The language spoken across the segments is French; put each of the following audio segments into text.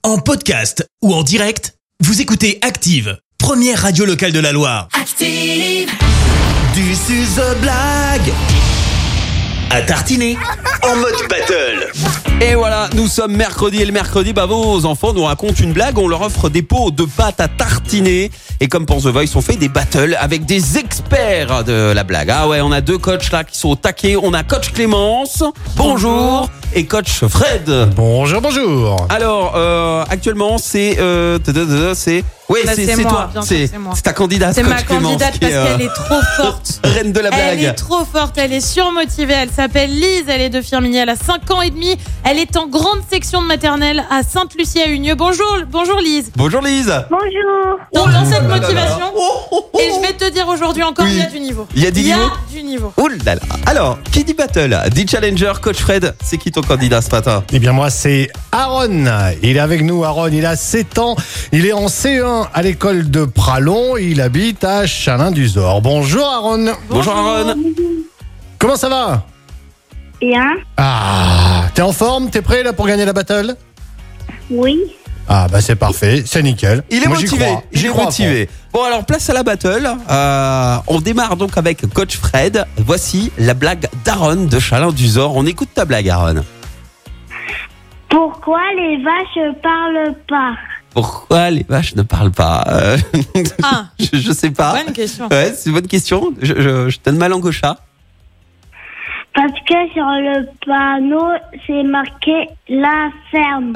En podcast ou en direct, vous écoutez Active, première radio locale de la Loire. Active! Du suzo-blague à tartiner en mode battle. Et voilà, nous sommes mercredi et le mercredi, vos enfants nous racontent une blague, on leur offre des pots de pâte à tartiner. Et comme pour The Voice, on fait des battles avec des experts de la blague. Ah ouais, on a deux coachs là qui sont au taquet. On a coach Clémence, bonjour, et coach Fred. Bonjour, bonjour. Alors, actuellement, c'est oui, Bah, c'est moi, toi, c'est ta candidate. C'est coach ma Clémence, candidate qui parce qu'elle est trop forte. reine de la blague. Elle est trop forte, elle est surmotivée, elle s'appelle Lise, elle est de Firminy, elle a 5 ans et demi, elle est en grande section de maternelle à Sainte-Lucie à Unieux. Bonjour Lise. Bonjour Lise. Bonjour. T'entends cette motivation Et je vais te dire aujourd'hui encore, Oui. il y a du niveau. Il y a du niveau du niveau. Oh là là. Alors, qui dit battle, dit challenger, coach Fred, c'est qui ton candidat ce matin? Eh bien, moi, c'est Aaron. Il est avec nous, Aaron. Il a 7 ans. Il est en CE1 à l'école de Pralon. Il habite à Chalin-du-Zor. Bonjour, Aaron. Bonjour Aaron. Comment ça va? Bien. Ah, t'es en forme? T'es prêt là pour gagner la battle? Oui. Ah, bah c'est parfait. C'est nickel. Il est Moi, j'y motivé. crois. Il J'y est crois, motivé. Bon, alors place à la battle. On démarre donc avec coach Fred. Voici la blague d'Aaron de Chalin-du-Zor. On écoute ta blague, Aaron. Pourquoi les vaches parlent pas? Pourquoi les vaches ne parlent pas? Ah, Je sais pas. bonne question. Ouais, c'est une bonne question. Je donne ma langue au chat. Parce que sur le panneau, c'est marqué la ferme.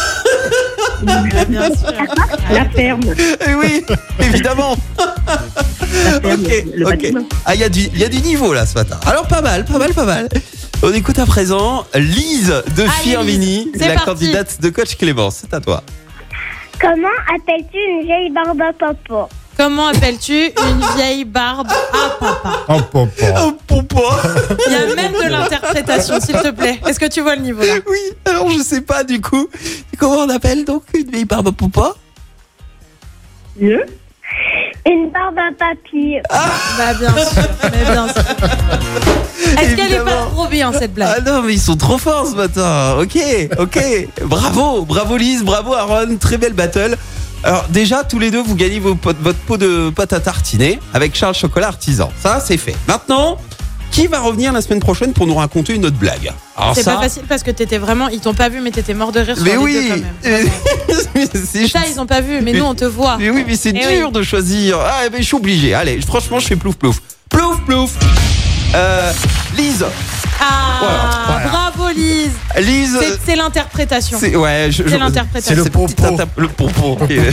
Bien sûr. La ferme. Eh oui, évidemment. Ok. Ah, il y a du niveau là ce matin. Alors pas mal. On écoute à présent Lise de Allez, Firminy, Lise, c'est la parti. candidate de coach Clémence. C'est à toi. Comment appelles-tu une vieille barbe à papa? Comment appelles-tu une vieille barbe à papa? Oh, papa. Oh, papa. Il y a même de l'interprétation, s'il te plaît. Est-ce que tu vois le niveau là? Oui, alors je sais pas du coup. Comment on appelle donc une vieille barbe à papa? Une barbe à papy. Bah bien sûr, mais bien sûr. Est-ce qu'elle est Évidemment. pas trop bien cette blague? Ah non, mais ils sont trop forts ce matin. Ok. Bravo Lise, bravo Aaron, très belle battle. Alors déjà, tous les deux, vous gagnez votre pot de pâte à tartiner avec Charles Chocolat Artisan. Ça, c'est fait. Maintenant, qui va revenir la semaine prochaine pour nous raconter une autre blague? Alors C'est ça, pas facile parce que t'étais vraiment, ils t'ont pas vu mais t'étais mort de rire sur mais les deux oui. quand même. Ça ils ont pas vu mais nous on te voit. Mais oui, mais c'est Eh dur de choisir. Ah, mais je suis obligé. Allez, franchement, je fais plouf plouf. Plouf plouf. Lise. Ah, Voilà. bravo Lise. Lise. C'est l'interprétation. C'est l'interprétation. C'est le popo. Le popo.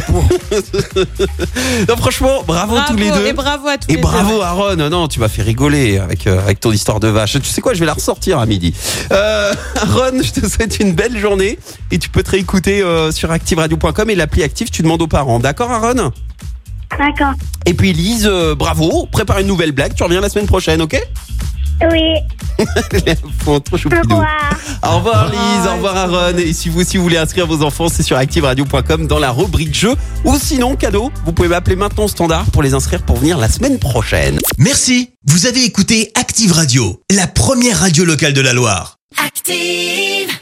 Non, franchement, bravo tous les deux. Et bravo à tous Et les bravo deux. Aaron, non, tu m'as fait rigoler avec ton histoire de vache. Tu sais quoi, je vais la ressortir à midi. Aaron, je te souhaite une belle journée et tu peux te réécouter sur activeradio.com et l'appli Active, tu demandes aux parents. D'accord Aaron? D'accord. Et puis Lise, bravo, prépare une nouvelle blague, tu reviens la semaine prochaine, ok? Oui. Faut trop Au choupidou. revoir. Au revoir Lise, au revoir Aaron. Et si vous voulez inscrire vos enfants, c'est sur activeradio.com dans la rubrique jeu. Ou sinon, cadeau, vous pouvez m'appeler maintenant au standard pour les inscrire pour venir la semaine prochaine. Merci, vous avez écouté Active Radio, la première radio locale de la Loire. Active.